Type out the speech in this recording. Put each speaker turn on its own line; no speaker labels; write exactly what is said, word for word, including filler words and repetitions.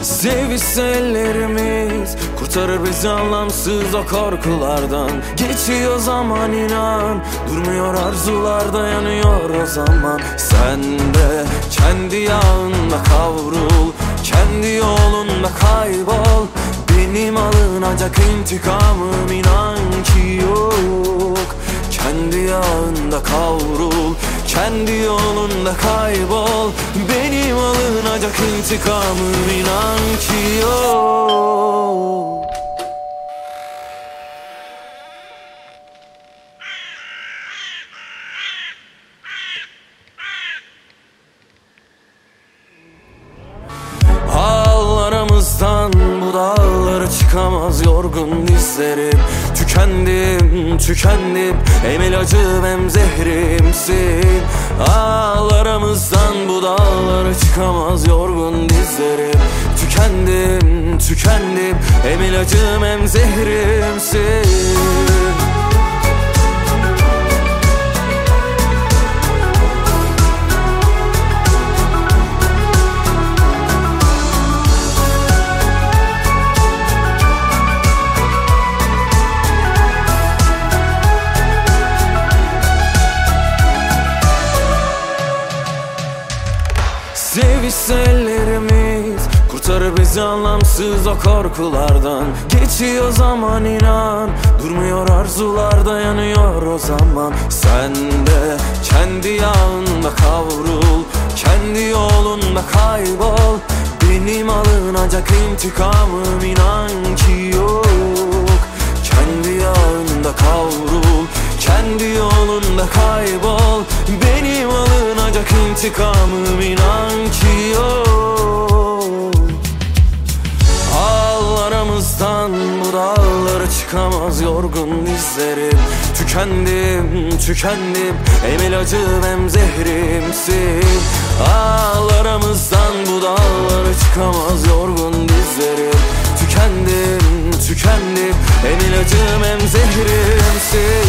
Sevişse ellerimiz, kurtarır bizi anlamsız o korkulardan. Geçiyor zaman inan, durmuyor arzular, dayanıyor o zaman. Sen de kendi yağında kavrul, kendi yolunda kaybol. Benim alınacak intikamım inan ki yok. Kendi yağında kavrul, kendi yolunda kaybol. Benim alınacak intikamım inan ki yok. Aramızdan bu dağlara çıkamaz yorgun dizlerim. Tükendim, tükendim, hem ilacım hem zehrimsin. Aramızdan bu dağlara çıkamaz yorgun dizlerim. Tükendim, tükendim, hem ilacım hem zehrimsin. Sevişse ellerimiz, kurtarır bizi anlamsız o korkulardan. Geçiyor zaman inan, durmuyor arzular, dayanıyor o zaman. Sen de kendi yağında kavrul, kendi yolunda kaybol. Benim alınacak intikamım inan ki yok. Kendi yağında kavrul, kendi yolunda kaybol. Benim alınacak intikamım inan ki yok. Al aramızdan bu dağlara çıkamaz yorgun dizlerim. Tükendim, tükendim, hem ilacım hem zehrimsin. Al aramızdan bu dağlara çıkamaz yorgun dizlerim. Tükendim, tükendim, hem ilacım hem zehrimsin.